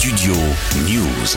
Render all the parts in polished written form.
Studio News.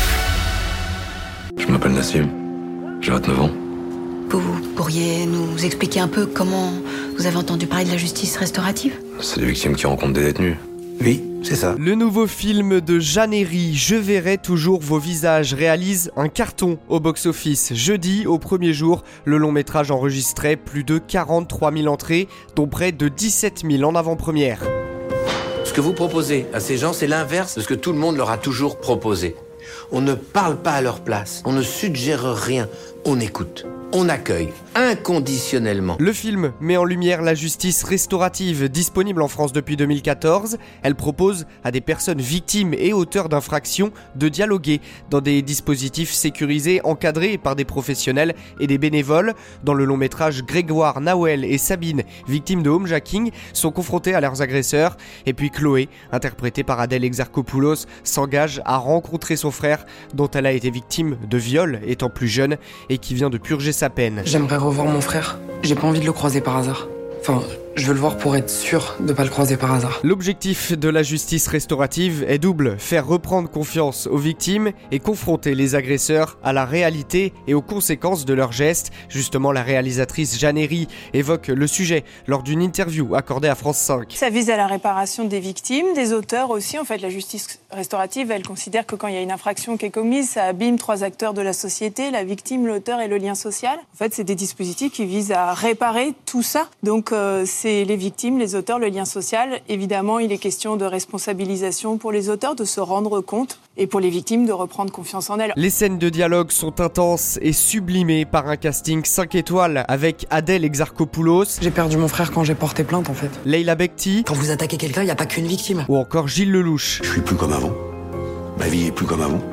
Je m'appelle Nassim, j'ai 29 ans. Vous pourriez nous expliquer un peu comment vous avez entendu parler de la justice restaurative ? C'est des victimes qui rencontrent des détenus. Oui, c'est ça. Le nouveau film de Jeanne Herry, Je verrai toujours vos visages, réalise un carton au box-office. Jeudi, au premier jour, le long métrage enregistrait plus de 43 000 entrées, dont près de 17 000 en avant-première. Ce que vous proposez à ces gens, c'est l'inverse de ce que tout le monde leur a toujours proposé. On ne parle pas à leur place, on ne suggère rien, on écoute. On accueille inconditionnellement. Le film met en lumière la justice restaurative, disponible en France depuis 2014. Elle propose à des personnes victimes et auteurs d'infractions de dialoguer dans des dispositifs sécurisés, encadrés par des professionnels et des bénévoles. Dans le long métrage, Grégoire, Nawel et Sabine, victimes de homejacking, sont confrontés à leurs agresseurs. Et puis Chloé, interprétée par Adèle Exarchopoulos, s'engage à rencontrer son frère, dont elle a été victime de viol étant plus jeune et qui vient de purger sa peine. J'aimerais revoir mon frère. J'ai pas envie de le croiser par hasard. Enfin, je veux le voir pour être sûr de pas le croiser par hasard. L'objectif de la justice restaurative est double, faire reprendre confiance aux victimes et confronter les agresseurs à la réalité et aux conséquences de leurs gestes. Justement, la réalisatrice Jeanne Herry évoque le sujet lors d'une interview accordée à France 5. Ça vise à la réparation des victimes, des auteurs aussi. En fait, la justice restaurative, elle considère que quand il y a une infraction qui est commise, ça abîme 3 acteurs de la société, la victime, l'auteur et le lien social. En fait, c'est des dispositifs qui visent à réparer tout ça. Donc, c'est les victimes, les auteurs, le lien social. Évidemment, il est question de responsabilisation pour les auteurs, de se rendre compte, et pour les victimes, de reprendre confiance en elles. Les scènes de dialogue sont intenses et sublimées par un casting 5 étoiles avec Adèle Exarchopoulos. J'ai perdu mon frère quand j'ai porté plainte, en fait. Leila Bekti. Quand vous attaquez quelqu'un, il n'y a pas qu'une victime. Ou encore Gilles Lelouch. Je suis plus comme avant. Ma vie est plus comme avant.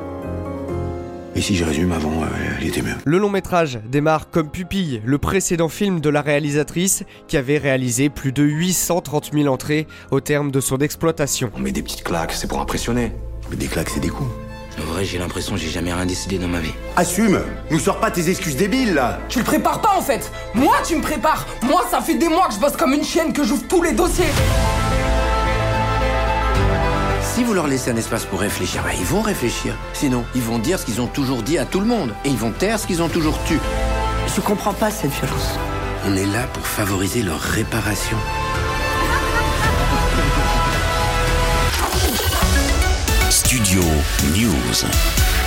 Et si je résume, avant, elle était mieux. Le long métrage démarre comme Pupille, le précédent film de la réalisatrice qui avait réalisé plus de 830 000 entrées au terme de son exploitation. On met des petites claques, c'est pour impressionner. Mais des claques, c'est des coups. En vrai, j'ai l'impression que j'ai jamais rien décidé dans ma vie. Assume. Nous sors pas tes excuses débiles, là. Tu le prépares pas, en fait. Moi, tu me prépares. Moi, ça fait des mois que je bosse comme une chienne, que j'ouvre tous les dossiers. Si vous leur laissez un espace pour réfléchir, ils vont réfléchir. Sinon, ils vont dire ce qu'ils ont toujours dit à tout le monde. Et ils vont taire ce qu'ils ont toujours tu. Je comprends pas cette violence. On est là pour favoriser leur réparation. Studio News.